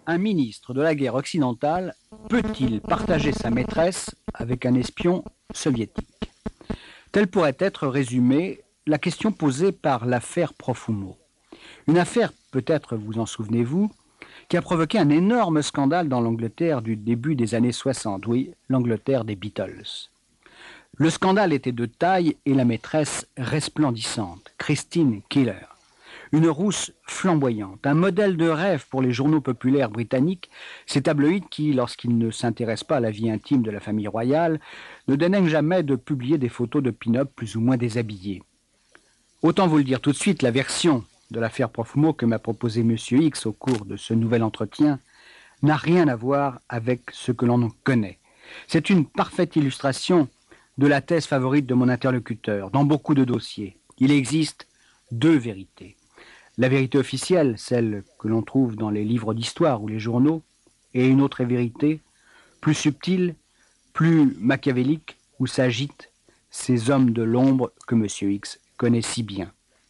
Un ministre de la guerre occidentale peut-il partager sa maîtresse avec un espion soviétique? Telle pourrait être résumée la question posée par l'affaire Profumo. Une affaire, peut-être vous en souvenez-vous, qui a provoqué un énorme scandale dans l'Angleterre du début des années 60, oui, l'Angleterre des Beatles. Le scandale était de taille et la maîtresse resplendissante, Christine Keeler. Une rousse flamboyante, un modèle de rêve pour les journaux populaires britanniques, ces tabloïds qui, lorsqu'ils ne s'intéressent pas à la vie intime de la famille royale, ne dédaignent jamais de publier des photos de pin-up plus ou moins déshabillés. Autant vous le dire tout de suite, la version de l'affaire Profumo que m'a proposé M. X au cours de ce nouvel entretien n'a rien à voir avec ce que l'on en connaît. C'est une parfaite illustration de la thèse favorite de mon interlocuteur. Dans beaucoup de dossiers, il existe deux vérités. La vérité officielle, celle que l'on trouve dans les livres d'histoire ou les journaux, et une autre vérité, plus subtile, plus machiavélique, où s'agitent ces hommes de l'ombre que M. X connaît si bien.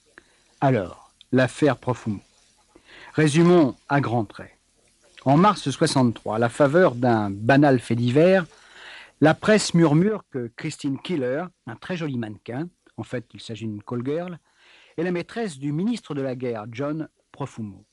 Alors, l'affaire Profumo. Résumons à grands traits. En mars 63, à la faveur d'un banal fait divers, la presse murmure que Christine Keeler, un très joli mannequin, en fait il s'agit d'une call girl, est la maîtresse du ministre de la guerre, John Profumo.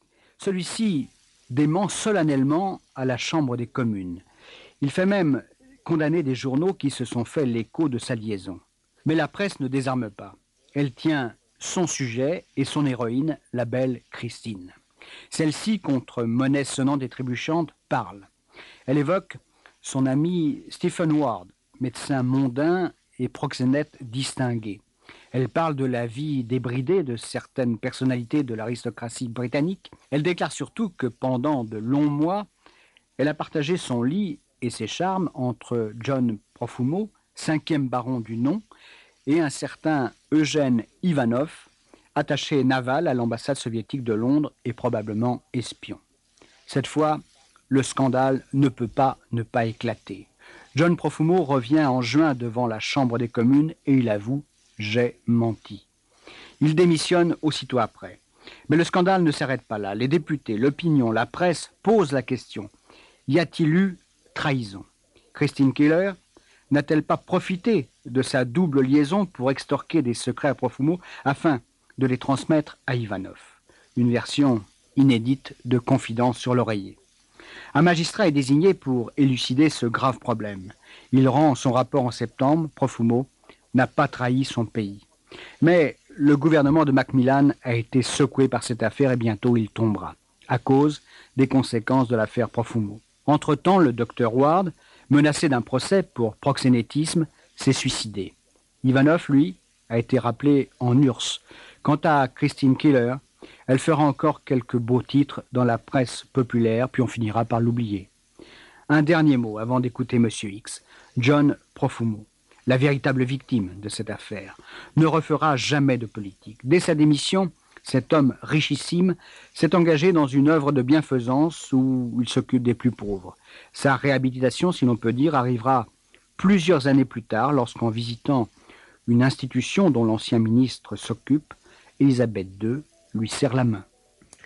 Celui-ci dément solennellement à la Chambre des communes. Il fait même condamner des journaux qui se sont fait l'écho de sa liaison. Mais la presse ne désarme pas. Elle tient son sujet et son héroïne, la belle Christine. Celle-ci, contre monnaie sonnante et trébuchante, parle. Elle évoque son ami Stephen Ward, médecin mondain et proxénète distingué. Elle parle de la vie débridée de certaines personnalités de l'aristocratie britannique. Elle déclare surtout que pendant de longs mois, elle a partagé son lit et ses charmes entre John Profumo, 5e baron du nom, et un certain Eugène Ivanov, attaché naval à l'ambassade soviétique de Londres et probablement espion. Cette fois, le scandale ne peut pas ne pas éclater. John Profumo revient en juin devant la Chambre des communes et il avoue « j'ai menti ». Il démissionne aussitôt après. Mais le scandale ne s'arrête pas là. Les députés, l'opinion, la presse posent la question. Y a-t-il eu trahison? Christine Keeler n'a-t-elle pas profité de sa double liaison pour extorquer des secrets à Profumo afin de les transmettre à Ivanov? Une version inédite de Confidence sur l'oreiller. Un magistrat est désigné pour élucider ce grave problème. Il rend son rapport en septembre. Profumo n'a pas trahi son pays. Mais le gouvernement de Macmillan a été secoué par cette affaire et bientôt il tombera, à cause des conséquences de l'affaire Profumo. Entre-temps, le docteur Ward, menacé d'un procès pour proxénétisme, s'est suicidé. Ivanov, lui, a été rappelé en URSS. Quant à Christine Keeler, elle fera encore quelques beaux titres dans la presse populaire, puis on finira par l'oublier. Un dernier mot avant d'écouter M. X. John Profumo, la véritable victime de cette affaire, ne refera jamais de politique. Dès sa démission, cet homme richissime s'est engagé dans une œuvre de bienfaisance où il s'occupe des plus pauvres. Sa réhabilitation, si l'on peut dire, arrivera plusieurs années plus tard, lorsqu'en visitant une institution dont l'ancien ministre s'occupe, Élisabeth II lui serre la main.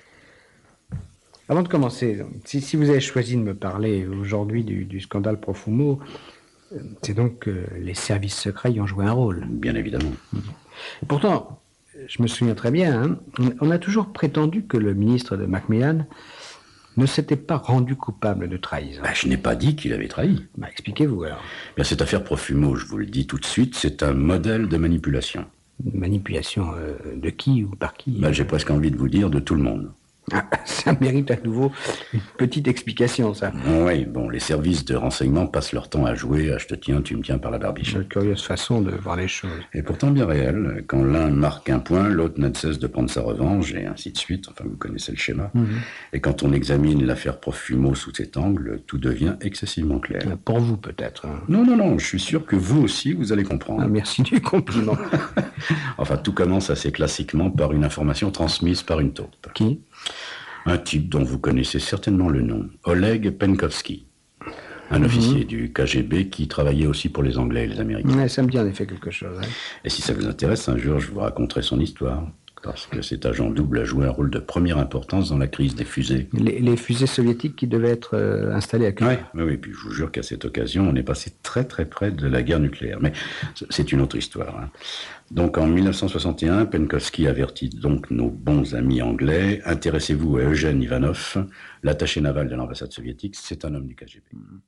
Avant de commencer, si vous avez choisi de me parler aujourd'hui du scandale Profumo, c'est donc que les services secrets y ont joué un rôle. Bien évidemment. Et pourtant, je me souviens très bien, on a toujours prétendu que le ministre de Macmillan ne s'était pas rendu coupable de trahison. Je n'ai pas dit qu'il avait trahi. Expliquez-vous alors. Cette affaire Profumo, je vous le dis tout de suite, c'est un modèle de manipulation. Manipulation de qui ou par qui? J'ai presque envie de vous dire de tout le monde. Ça mérite à nouveau une petite explication, ça. Oui, les services de renseignement passent leur temps à jouer à « je te tiens, tu me tiens par la barbiche ». Une curieuse façon de voir les choses. Et pourtant bien réel. Quand l'un marque un point, l'autre n'a de cesse de prendre sa revanche, et ainsi de suite. Enfin, vous connaissez le schéma. Et quand on examine l'affaire Profumo sous cet angle, tout devient excessivement clair. Pour vous, peut-être. Non, je suis sûr que vous aussi, vous allez comprendre. Merci du compliment. Enfin, tout commence assez classiquement par une information transmise par une taupe. Qui? Un type dont vous connaissez certainement le nom, Oleg Penkovsky, un officier du KGB qui travaillait aussi pour les Anglais et les Américains. Ça me dit en effet quelque chose. Et si ça vous intéresse, un jour je vous raconterai son histoire. parce que cet agent double a joué un rôle de première importance dans la crise des fusées. Les fusées soviétiques qui devaient être installées à Cuba. Oui, puis je vous jure qu'à cette occasion, on est passé très très près de la guerre nucléaire. Mais c'est une autre histoire. Hein. Donc en 1961, Penkovsky avertit donc nos bons amis anglais, intéressez-vous à Eugène Ivanov, l'attaché naval de l'ambassade soviétique, c'est un homme du KGB.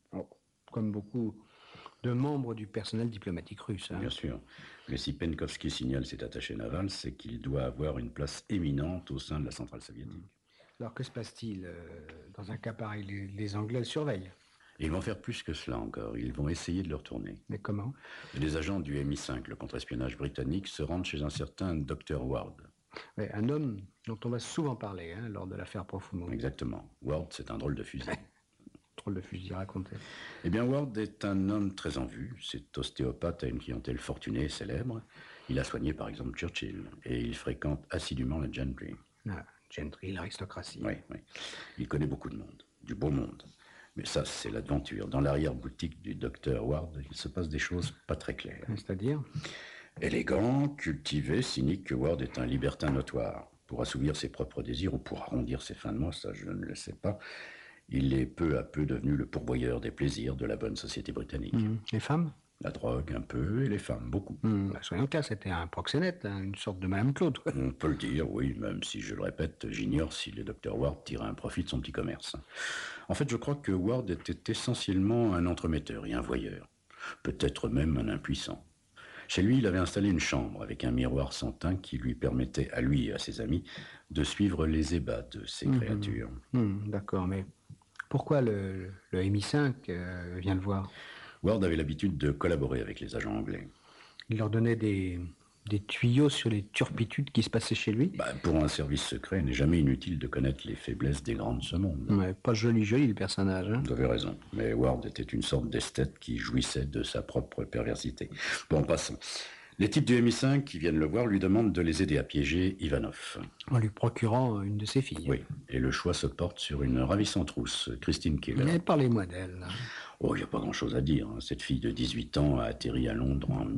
Comme beaucoup de membres du personnel diplomatique russe. Hein. Bien sûr. Mais si Penkovsky signale cet attaché naval, c'est qu'il doit avoir une place éminente au sein de la centrale soviétique. Alors que se passe-t-il dans un cas pareil? Les Anglais le surveillent. Et ils vont faire plus que cela encore. Ils vont essayer de le retourner. Mais comment? Les agents du MI5, le contre-espionnage britannique, se rendent chez un certain Dr. Ward. Oui, un homme dont on va souvent parler lors de l'affaire Profumo. Exactement. Ward, c'est un drôle de fusil. Drôle de fusil, raconté. Eh bien, Ward est un homme très en vue. Cet ostéopathe a une clientèle fortunée et célèbre. Il a soigné par exemple Churchill et il fréquente assidûment la gentry. Ah, gentry, l'aristocratie. Oui. Il connaît beaucoup de monde, du beau monde. Mais ça, c'est l'aventure. Dans l'arrière-boutique du docteur Ward, il se passe des choses pas très claires. C'est-à-dire? Élégant, cultivé, cynique, Ward est un libertin notoire. Pour assouvir ses propres désirs ou pour arrondir ses fins de mois, ça je ne le sais pas, il est peu à peu devenu le pourvoyeur des plaisirs de la bonne société britannique. Les femmes? La drogue, un peu, et les femmes, beaucoup. Soyons clairs, c'était un proxénète, une sorte de Madame Claude. On peut le dire, oui, même si, je le répète, j'ignore si le docteur Ward tirait un profit de son petit commerce. En fait, je crois que Ward était essentiellement un entremetteur et un voyeur. Peut-être même un impuissant. Chez lui, il avait installé une chambre avec un miroir sans teint qui lui permettait, à lui et à ses amis, de suivre les ébats de ces créatures. D'accord, mais pourquoi le MI5 vient le voir? Ward avait l'habitude de collaborer avec les agents anglais. Il leur donnait des tuyaux sur les turpitudes qui se passaient chez lui? Pour un service secret, il n'est jamais inutile de connaître les faiblesses des grands de ce monde. Ouais, pas joli le personnage. Hein. Vous avez raison, mais Ward était une sorte d'esthète qui jouissait de sa propre perversité. Bon, passons. Les types du MI5 qui viennent le voir lui demandent de les aider à piéger Ivanov. En lui procurant une de ses filles. Oui, et le choix se porte sur une ravissante rousse, Christine Keller. Parlez-moi d'elle. Oh, il n'y a pas grand-chose à dire. Cette fille de 18 ans a atterri à Londres en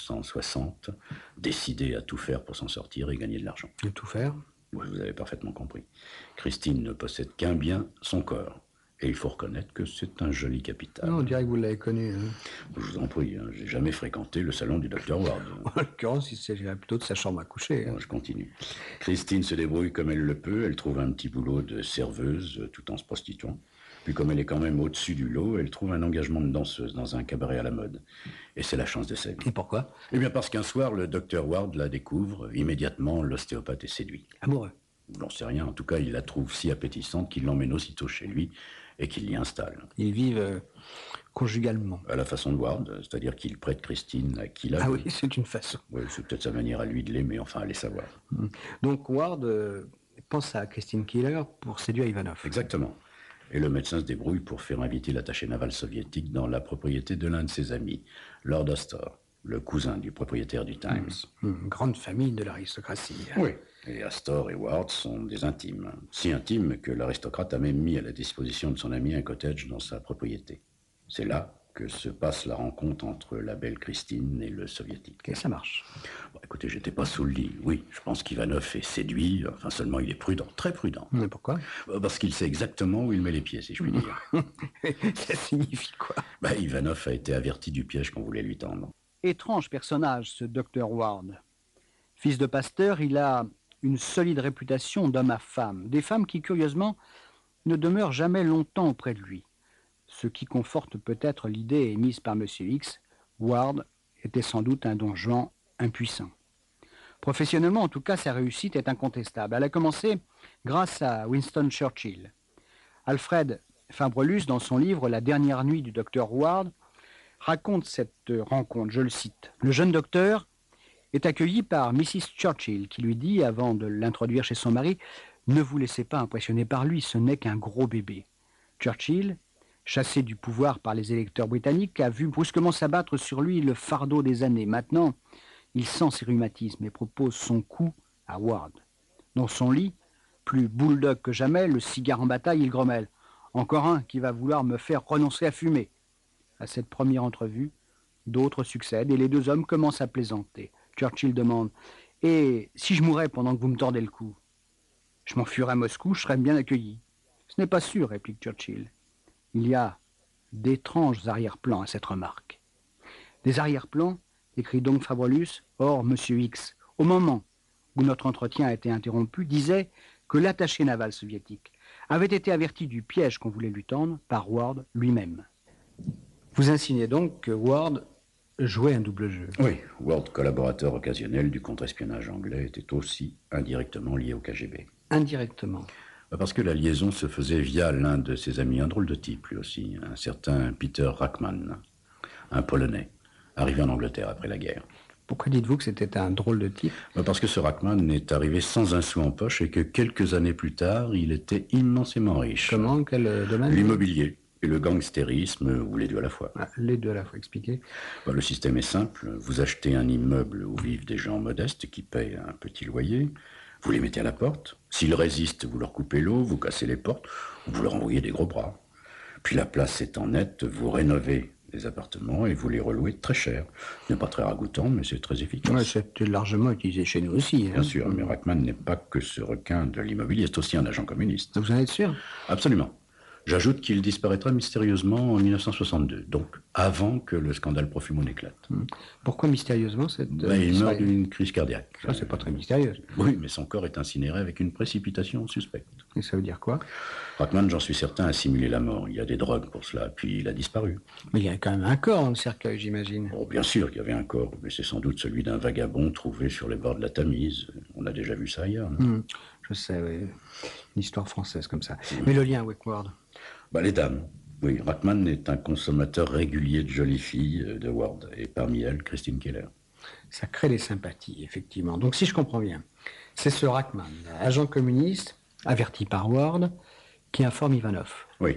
1960, décidée à tout faire pour s'en sortir et gagner de l'argent. De tout faire? Oui, vous avez parfaitement compris. Christine ne possède qu'un bien, son corps. Et il faut reconnaître que c'est un joli capital. Non, on dirait que vous l'avez connu. Hein. Je vous en prie, j'ai jamais fréquenté le salon du Dr. Ward. En l'occurrence, il s'agirait plutôt de sa chambre à coucher. Bon, je continue. Christine se débrouille comme elle le peut. Elle trouve un petit boulot de serveuse tout en se prostituant. Puis comme elle est quand même au-dessus du lot, elle trouve un engagement de danseuse dans un cabaret à la mode. Et c'est la chance de sa vie. Et pourquoi? Eh bien parce qu'un soir, le Dr. Ward la découvre. Immédiatement, l'ostéopathe est séduit. Amoureux? J'en sais rien. En tout cas, il la trouve si appétissante qu'il l'emmène aussitôt chez lui et qu'il l'y installe. Ils vivent conjugalement. À la façon de Ward, c'est-à-dire qu'il prête Christine à qui la... Ah oui, c'est une façon. Oui, c'est peut-être sa manière à lui de l'aimer, enfin, allez savoir. Donc Ward pense à Christine Keller pour séduire Ivanov. Exactement. Et le médecin se débrouille pour faire inviter l'attaché naval soviétique dans la propriété de l'un de ses amis, Lord Astor, le cousin du propriétaire du Times. Une grande famille de l'aristocratie. Oui. Et Astor et Ward sont des intimes. Si intimes que l'aristocrate a même mis à la disposition de son ami un cottage dans sa propriété. C'est là que se passe la rencontre entre la belle Christine et le soviétique. Et ça marche. Bon, écoutez, j'étais pas sous le lit. Oui, je pense qu'Ivanov est séduit. Enfin, seulement il est prudent, très prudent. Mais pourquoi? Parce qu'il sait exactement où il met les pieds, si je puis dire. Ça signifie quoi? Ivanov a été averti du piège qu'on voulait lui tendre. Étrange personnage, ce Dr. Ward. Fils de pasteur, il a une solide réputation d'homme à femme. Des femmes qui, curieusement, ne demeurent jamais longtemps auprès de lui. Ce qui conforte peut-être l'idée émise par M. X, Ward était sans doute un don Juan impuissant. Professionnellement, en tout cas, sa réussite est incontestable. Elle a commencé grâce à Winston Churchill. Alfred Fabrelus, dans son livre « La dernière nuit du docteur Ward », raconte cette rencontre, je le cite. Le jeune docteur est accueilli par Mrs. Churchill, qui lui dit, avant de l'introduire chez son mari, « Ne vous laissez pas impressionner par lui, ce n'est qu'un gros bébé. » Churchill, chassé du pouvoir par les électeurs britanniques, a vu brusquement s'abattre sur lui le fardeau des années. Maintenant, il sent ses rhumatismes et propose son coup à Ward. Dans son lit, plus bulldog que jamais, le cigare en bataille, il grommelle. « Encore un qui va vouloir me faire renoncer à fumer. » À cette première entrevue, d'autres succèdent et les deux hommes commencent à plaisanter. Churchill demande « Et si je mourais pendant que vous me tordez le cou, je m'enfuirais à Moscou, je serais bien accueilli. Ce n'est pas sûr, réplique Churchill. Il y a d'étranges arrière-plans à cette remarque. Des arrière-plans, écrit donc Fabrelus, or M. X, au moment où notre entretien a été interrompu, disait que l'attaché naval soviétique avait été averti du piège qu'on voulait lui tendre par Ward lui-même. Vous insinuez donc que Ward jouait un double jeu. Oui, Ward, collaborateur occasionnel du contre-espionnage anglais, était aussi indirectement lié au KGB. Indirectement. Parce que la liaison se faisait via l'un de ses amis, un drôle de type lui aussi, un certain Peter Rackman, un Polonais, arrivé en Angleterre après la guerre. Pourquoi dites-vous que c'était un drôle de type? Parce que ce Rackman est arrivé sans un sou en poche et que quelques années plus tard, il était immensément riche. Comment? Quel domaine? L'immobilier et le gangstérisme, ou les deux à la fois. Les deux à la fois, expliquez. Le système est simple. Vous achetez un immeuble où vivent des gens modestes qui payent un petit loyer. Vous les mettez à la porte. S'ils résistent, vous leur coupez l'eau, vous cassez les portes, ou vous leur envoyez des gros bras. Puis la place étant nette, vous rénovez les appartements et vous les relouez très cher. Ce n'est pas très ragoûtant, mais c'est très efficace. Ouais, c'est largement utilisé chez nous aussi. Bien sûr, mais Rackman n'est pas que ce requin de l'immobilier, c'est aussi un agent communiste. Vous en êtes sûr? Absolument. J'ajoute qu'il disparaîtra mystérieusement en 1962, donc avant que le scandale Profumo n'éclate. Pourquoi mystérieusement cette... Il meurt d'une crise cardiaque. Ça, c'est pas très mystérieux. Oui, mais son corps est incinéré avec une précipitation suspecte. Et ça veut dire quoi? Rackman, j'en suis certain, a simulé la mort. Il y a des drogues pour cela, puis il a disparu. Mais il y a quand même un corps dans le cercueil, j'imagine. Oh, bien sûr qu'il y avait un corps, mais c'est sans doute celui d'un vagabond trouvé sur les bords de la Tamise. On a déjà vu ça ailleurs, non? Je sais, oui. Une histoire française comme ça. Mais le lien avec Ward? Les dames. Oui, Rackman est un consommateur régulier de jolies filles de Ward, et parmi elles, Christine Keller. Ça crée des sympathies, effectivement. Donc, si je comprends bien, c'est ce Rackman, agent communiste, averti par Ward, qui informe Ivanov. Oui.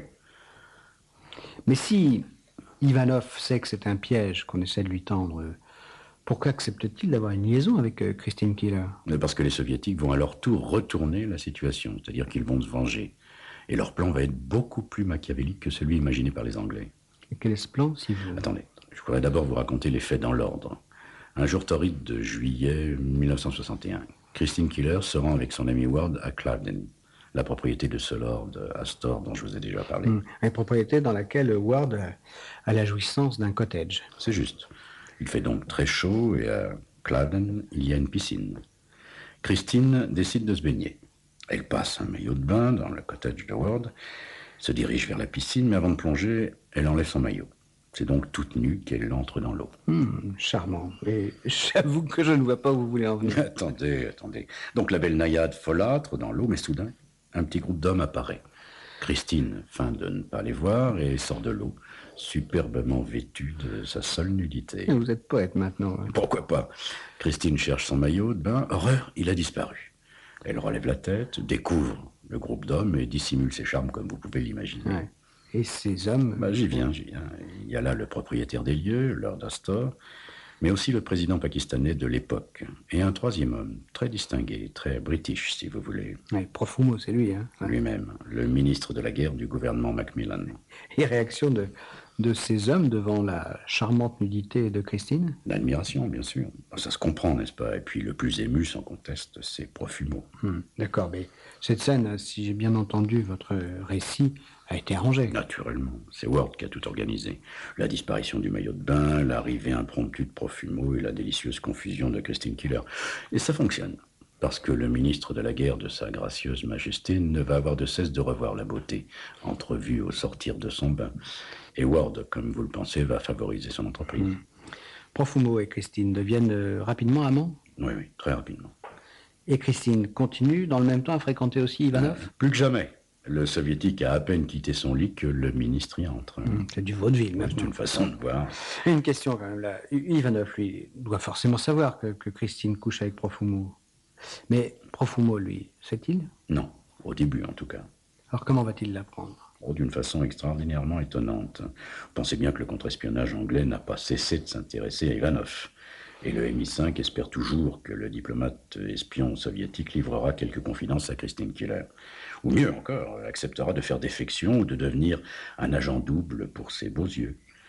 Mais si Ivanov sait que c'est un piège qu'on essaie de lui tendre, pourquoi accepte-t-il d'avoir une liaison avec Christine Keller? Parce que les Soviétiques vont à leur tour retourner la situation, c'est-à-dire qu'ils vont se venger. Et leur plan va être beaucoup plus machiavélique que celui imaginé par les Anglais. Et quel est ce plan, si vous... Attendez, je voudrais d'abord vous raconter les faits dans l'ordre. Un jour torride de juillet 1961, Christine Keller se rend avec son ami Ward à Clavden, la propriété de ce lord Astor dont je vous ai déjà parlé. Une propriété dans laquelle Ward a la jouissance d'un cottage. C'est juste. Il fait donc très chaud et à Clavden, il y a une piscine. Christine décide de se baigner. Elle passe un maillot de bain dans le cottage de Ward, se dirige vers la piscine, mais avant de plonger, elle enlève son maillot. C'est donc toute nue qu'elle entre dans l'eau. Charmant. Et j'avoue que je ne vois pas où vous voulez en venir. Attendez. Donc la belle naïade folâtre dans l'eau, mais soudain, un petit groupe d'hommes apparaît. Christine feint de ne pas les voir et sort de l'eau, superbement vêtue de sa seule nudité. Vous êtes poète maintenant. Pourquoi pas? Christine cherche son maillot de bain. Horreur, il a disparu. Elle relève la tête, découvre le groupe d'hommes et dissimule ses charmes comme vous pouvez l'imaginer. Ouais. Et ces hommes... J'y viens. Il y a là le propriétaire des lieux, Lord Astor, mais aussi le président pakistanais de l'époque. Et un troisième homme, très distingué, très british, si vous voulez. Ouais, Profumo, c'est lui. Hein. Lui-même, le ministre de la guerre du gouvernement Macmillan. Et réaction de ces hommes devant la charmante nudité de Christine? L'admiration, bien sûr. Ça se comprend, n'est-ce pas? Et puis le plus ému, sans conteste, c'est Profumo. D'accord, mais cette scène, si j'ai bien entendu votre récit, a été arrangée. Naturellement, c'est Ward qui a tout organisé. La disparition du maillot de bain, l'arrivée impromptue de Profumo et la délicieuse confusion de Christine Keller. Et ça fonctionne, parce que le ministre de la guerre de sa gracieuse majesté ne va avoir de cesse de revoir la beauté, entrevue au sortir de son bain. Et Ward, comme vous le pensez, va favoriser son entreprise. Profumo et Christine deviennent rapidement amants? Oui, très rapidement. Et Christine continue dans le même temps à fréquenter aussi Ivanov? Plus que jamais. Le soviétique a à peine quitté son lit que le ministre y entre. C'est du vaudeville, maintenant. C'est une façon de voir. Une question quand même là. Ivanov, lui, doit forcément savoir que Christine couche avec Profumo. Mais Profumo, lui, sait-il? Non, au début en tout cas. Alors comment va-t-il l'apprendre? D'une façon extraordinairement étonnante. Pensez bien que le contre-espionnage anglais n'a pas cessé de s'intéresser à Ivanov. Et le MI5 espère toujours que le diplomate espion soviétique livrera quelques confidences à Christine Keller. Ou mieux encore, acceptera de faire défection ou de devenir un agent double pour ses beaux yeux.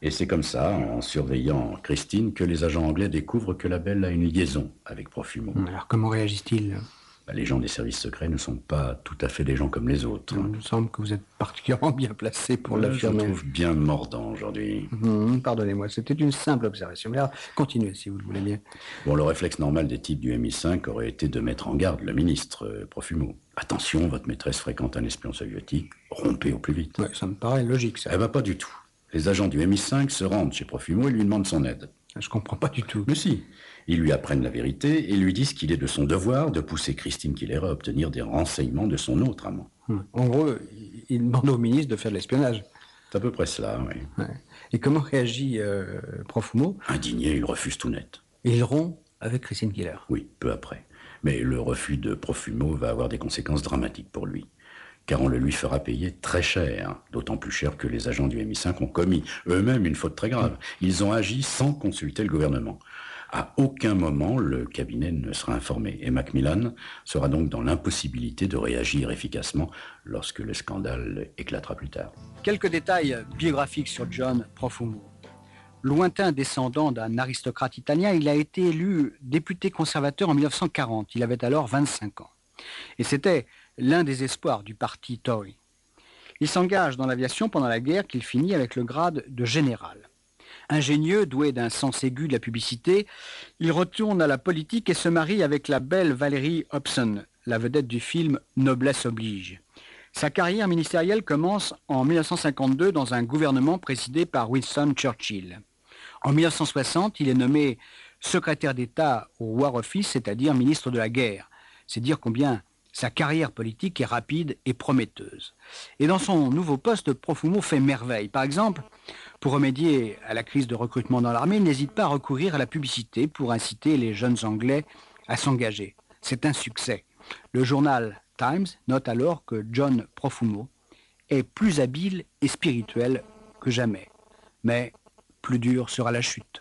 Et c'est comme ça, en surveillant Christine, que les agents anglais découvrent que la belle a une liaison avec Profumo. Alors comment réagissent-ils? Les gens des services secrets ne sont pas tout à fait des gens comme les autres. Il me semble que vous êtes particulièrement bien placé pour l'affirmer. Je trouve bien mordant aujourd'hui. Pardonnez-moi, c'était une simple observation. Mais alors, continuez si vous le voulez bien. Bon, le réflexe normal des types du MI5 aurait été de mettre en garde le ministre Profumo. Attention, votre maîtresse fréquente un espion soviétique, rompez au plus vite. Ouais, ça me paraît logique, ça. Eh ben, pas du tout. Les agents du MI5 se rendent chez Profumo et lui demandent son aide. Je comprends pas du tout. Mais si. Ils lui apprennent la vérité et lui disent qu'il est de son devoir de pousser Christine Killer à obtenir des renseignements de son autre amant. En gros, il demande au ministre de faire de l'espionnage. C'est à peu près cela, oui. Ouais. Et comment réagit Profumo? Indigné, il refuse tout net. Et il rompt avec Christine Killer. Oui, peu après. Mais le refus de Profumo va avoir des conséquences dramatiques pour lui. Car on le lui fera payer très cher, d'autant plus cher que les agents du MI5 ont commis eux-mêmes une faute très grave. Ils ont agi sans consulter le gouvernement. À aucun moment, le cabinet ne sera informé. Et Macmillan sera donc dans l'impossibilité de réagir efficacement lorsque le scandale éclatera plus tard. Quelques détails biographiques sur John Profumo. Lointain descendant d'un aristocrate italien, il a été élu député conservateur en 1940. Il avait alors 25 ans. Et c'était l'un des espoirs du parti Tory. Il s'engage dans l'aviation pendant la guerre qu'il finit avec le grade de général. Ingénieux, doué d'un sens aigu de la publicité, il retourne à la politique et se marie avec la belle Valerie Hobson, la vedette du film Noblesse oblige. Sa carrière ministérielle commence en 1952 dans un gouvernement présidé par Winston Churchill. En 1960, il est nommé secrétaire d'État au War Office, c'est-à-dire ministre de la guerre. C'est dire combien sa carrière politique est rapide et prometteuse. Et dans son nouveau poste, Profumo fait merveille. Par exemple, pour remédier à la crise de recrutement dans l'armée, il n'hésite pas à recourir à la publicité pour inciter les jeunes Anglais à s'engager. C'est un succès. Le journal Times note alors que John Profumo est plus habile et spirituel que jamais. Mais plus dure sera la chute.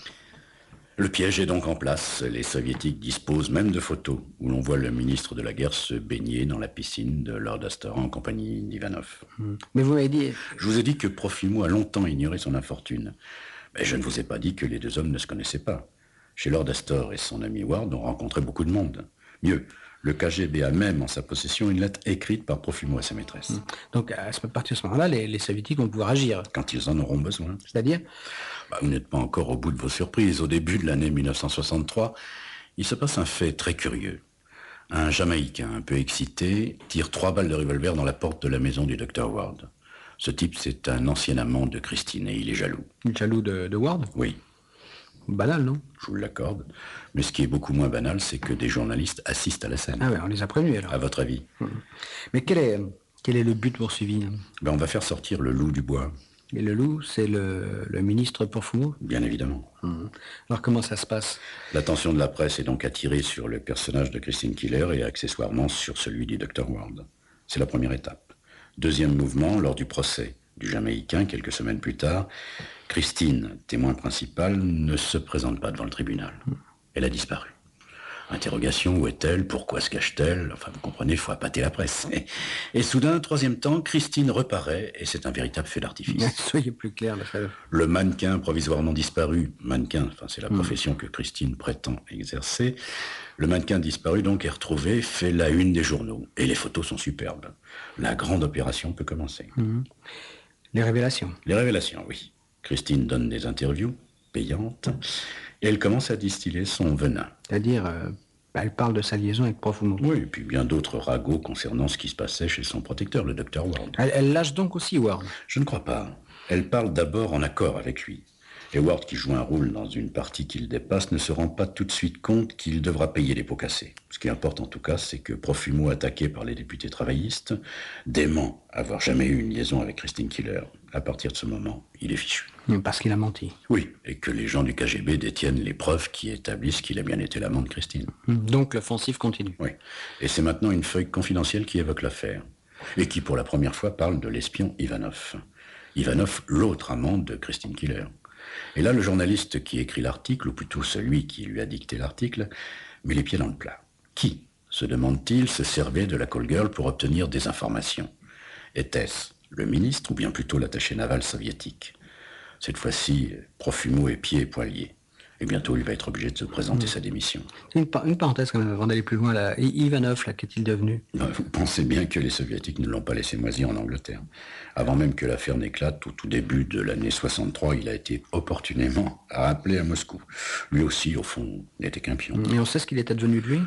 Le piège est donc en place. Les soviétiques disposent même de photos où l'on voit le ministre de la guerre se baigner dans la piscine de Lord Astor en compagnie d'Ivanov. Mais vous m'avez dit... Je vous ai dit que Profumo a longtemps ignoré son infortune. Mais je ne vous ai pas dit que les deux hommes ne se connaissaient pas. Chez Lord Astor et son ami Ward ont rencontré beaucoup de monde. Mieux, le KGB a même en sa possession une lettre écrite par Profumo à sa maîtresse. Donc à partir de ce moment-là, les soviétiques vont pouvoir agir. Quand ils en auront besoin. C'est-à-dire? Vous n'êtes pas encore au bout de vos surprises. Au début de l'année 1963, il se passe un fait très curieux. Un Jamaïcain un peu excité tire 3 balles de revolver dans la porte de la maison du Dr Ward. Ce type, c'est un ancien amant de Christine et il est jaloux. Il est jaloux de Ward? Oui. Banal, non? Je vous l'accorde. Mais ce qui est beaucoup moins banal, c'est que des journalistes assistent à la scène. Ah ouais, on les a prévenus alors. À votre avis? Mais quel est le but poursuivi? On va faire sortir le loup du bois. Et le loup, c'est le ministre Profumo? Bien évidemment. Alors comment ça se passe? L'attention de la presse est donc attirée sur le personnage de Christine Killer et accessoirement sur celui du Dr Ward. C'est la première étape. Deuxième mouvement, lors du procès du Jamaïcain, quelques semaines plus tard, Christine, témoin principal, ne se présente pas devant le tribunal. Elle a disparu. Interrogation, où est-elle? Pourquoi se cache-t-elle? Enfin, vous comprenez, il faut appâter la presse. Et soudain, troisième temps, Christine reparaît, et c'est un véritable feu d'artifice. Soyez plus clair, là. Le mannequin provisoirement disparu, mannequin, enfin c'est la profession que Christine prétend exercer, le mannequin disparu donc est retrouvé, fait la une des journaux, et les photos sont superbes. La grande opération peut commencer. Les révélations. Les révélations, oui. Christine donne des interviews payantes, et elle commence à distiller son venin. C'est-à-dire, elle parle de sa liaison avec Profumo. Oui, et puis bien d'autres ragots concernant ce qui se passait chez son protecteur, le Dr Ward. Elle lâche donc aussi Ward? Je ne crois pas. Elle parle d'abord en accord avec lui. Et Ward, qui joue un rôle dans une partie qu'il dépasse, ne se rend pas tout de suite compte qu'il devra payer les pots cassés. Ce qui importe en tout cas, c'est que Profumo, attaqué par les députés travaillistes, dément avoir jamais eu une liaison avec Christine Killer. À partir de ce moment, il est fichu. Parce qu'il a menti. Oui, et que les gens du KGB détiennent les preuves qui établissent qu'il a bien été l'amant de Christine. Donc l'offensive continue. Oui, et c'est maintenant une feuille confidentielle qui évoque l'affaire, et qui pour la première fois parle de l'espion Ivanov. Ivanov, l'autre amant de Christine Killer. Et là, le journaliste qui écrit l'article, ou plutôt celui qui lui a dicté l'article, met les pieds dans le plat. Qui, se demande-t-il, se servait de la call girl pour obtenir des informations? Était-ce le ministre ou bien plutôt l'attaché naval soviétique? Cette fois-ci, Profumo est pieds et poings liés. Et bientôt, il va être obligé de se présenter sa démission. Une parenthèse quand même, avant d'aller plus loin. Là. Ivanov, là, qu'est-il devenu? Vous pensez bien que les Soviétiques ne l'ont pas laissé moisir en Angleterre. Avant même que l'affaire n'éclate, au tout début de l'année 63, il a été opportunément rappelé à Moscou. Lui aussi, au fond, n'était qu'un pion. Et on sait ce qu'il était devenu de lui?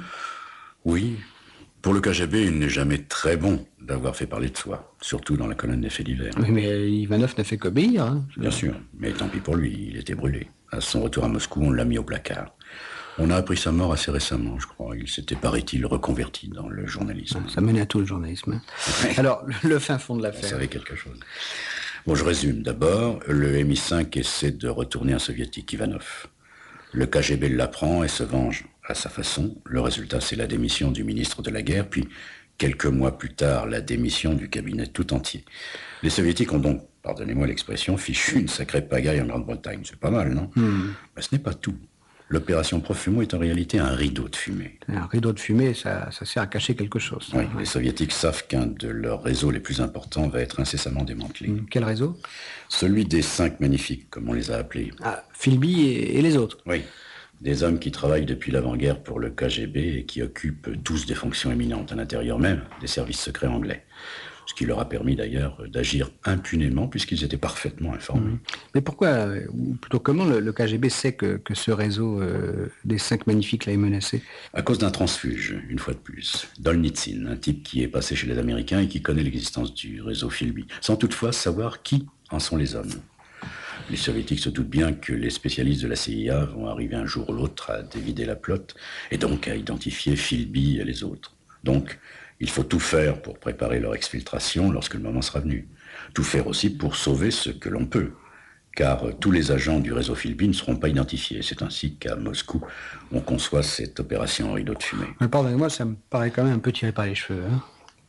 Oui. Pour le KGB, il n'est jamais très bon d'avoir fait parler de soi, surtout dans la colonne des faits divers. Oui, mais Ivanov n'a fait qu'obéir. Hein. Bien sûr, mais tant pis pour lui, il était brûlé. À son retour à Moscou, on l'a mis au placard. On a appris sa mort assez récemment, je crois. Il s'était, paraît-il, reconverti dans le journalisme. Ça menait à tout le journalisme. Alors, le fin fond de l'affaire. Vous savez quelque chose. Bon, je résume. D'abord, le MI5 essaie de retourner un soviétique, Ivanov. Le KGB l'apprend et se venge à sa façon. Le résultat, c'est la démission du ministre de la Guerre, puis, quelques mois plus tard, la démission du cabinet tout entier. Les soviétiques ont donc, pardonnez-moi l'expression, fichu une sacrée pagaille en Grande-Bretagne. C'est pas mal, non? Mais ce n'est pas tout. L'opération Profumo est en réalité un rideau de fumée. Un rideau de fumée, ça sert à cacher quelque chose. Oui, les soviétiques savent qu'un de leurs réseaux les plus importants va être incessamment démantelé. Quel réseau? Celui des 5 magnifiques, comme on les a appelés. Ah, Philby et les autres. Oui, des hommes qui travaillent depuis l'avant-guerre pour le KGB et qui occupent tous des fonctions éminentes à l'intérieur même des services secrets anglais. Ce qui leur a permis d'ailleurs d'agir impunément puisqu'ils étaient parfaitement informés. Mais pourquoi, ou plutôt comment le KGB sait que ce réseau des 5 magnifiques là est menacé? À cause d'un transfuge, une fois de plus. Dolnitsyn, un type qui est passé chez les Américains et qui connaît l'existence du réseau Philby, sans toutefois savoir qui en sont les hommes. Les soviétiques se doutent bien que les spécialistes de la CIA vont arriver un jour ou l'autre à dévider la plotte et donc à identifier Philby et les autres. Donc, il faut tout faire pour préparer leur exfiltration lorsque le moment sera venu. Tout faire aussi pour sauver ce que l'on peut. Car tous les agents du réseau Philby ne seront pas identifiés. C'est ainsi qu'à Moscou, on conçoit cette opération en rideau de fumée. Mais pardonnez-moi, ça me paraît quand même un peu tiré par les cheveux. Hein.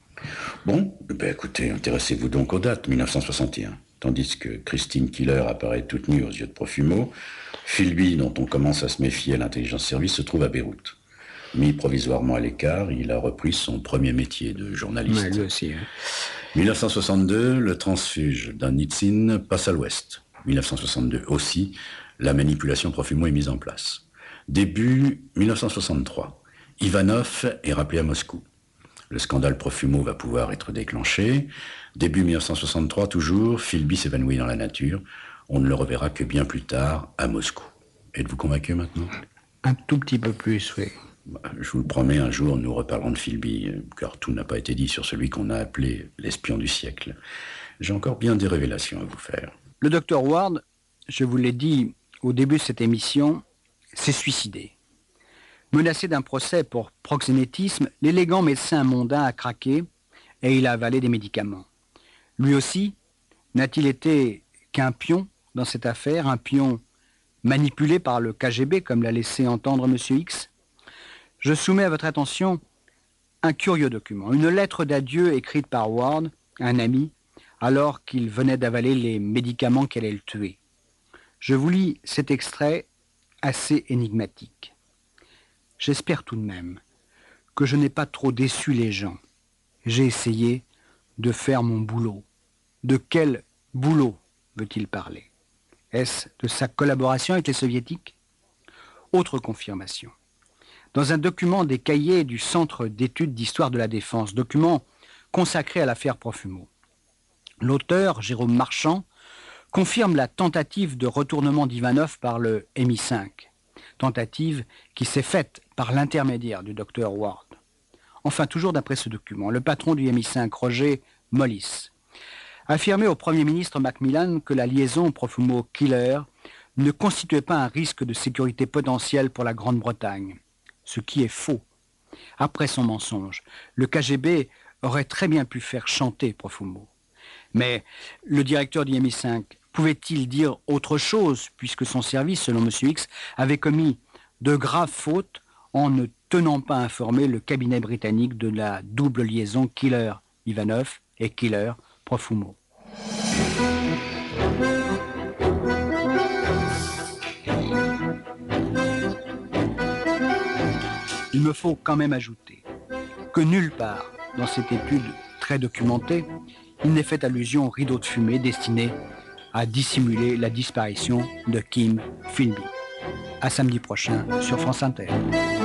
Bon, écoutez, intéressez-vous donc aux dates, 1961. Tandis que Christine Killer apparaît toute nue aux yeux de Profumo, Philby, dont on commence à se méfier à l'intelligence service, se trouve à Beyrouth. Mis provisoirement à l'écart, il a repris son premier métier de journaliste. Ouais, lui aussi. Hein. 1962, le transfuge Dolnitsyn passe à l'ouest. 1962 aussi, la manipulation Profumo est mise en place. Début 1963, Ivanov est rappelé à Moscou. Le scandale Profumo va pouvoir être déclenché. Début 1963, toujours, Philby s'évanouit dans la nature. On ne le reverra que bien plus tard, à Moscou. Êtes-vous convaincu maintenant? Un tout petit peu plus, oui. Je vous le promets, un jour, nous reparlerons de Philby, car tout n'a pas été dit sur celui qu'on a appelé l'espion du siècle. J'ai encore bien des révélations à vous faire. Le docteur Ward, je vous l'ai dit au début de cette émission, s'est suicidé. Menacé d'un procès pour proxénétisme, l'élégant médecin mondain a craqué et il a avalé des médicaments. Lui aussi, n'a-t-il été qu'un pion dans cette affaire, un pion manipulé par le KGB, comme l'a laissé entendre M. X? Je soumets à votre attention un curieux document, une lettre d'adieu écrite par Ward, un ami, alors qu'il venait d'avaler les médicaments qui allaient le tuer. Je vous lis cet extrait assez énigmatique. J'espère tout de même que je n'ai pas trop déçu les gens. J'ai essayé de faire mon boulot. De quel boulot veut-il parler? Est-ce de sa collaboration avec les soviétiques? Autre confirmation. Dans un document des cahiers du Centre d'études d'histoire de la défense, document consacré à l'affaire Profumo, l'auteur, Jérôme Marchand, confirme la tentative de retournement d'Ivanov par le MI5, tentative qui s'est faite par l'intermédiaire du docteur Ward. Enfin, toujours d'après ce document, le patron du MI5, Roger Mollis, affirmait au Premier ministre Macmillan que la liaison Profumo-Killer ne constituait pas un risque de sécurité potentiel pour la Grande-Bretagne, ce qui est faux. Après son mensonge, le KGB aurait très bien pu faire chanter Profumo. Mais le directeur du MI5 pouvait-il dire autre chose, puisque son service, selon M. X, avait commis de graves fautes en ne tenant pas informé le cabinet britannique de la double liaison Killer-Ivanov et Killer-Profumo. Il me faut quand même ajouter que nulle part dans cette étude très documentée, il n'est fait allusion au rideau de fumée destiné à dissimuler la disparition de Kim Philby. À samedi prochain sur France Inter.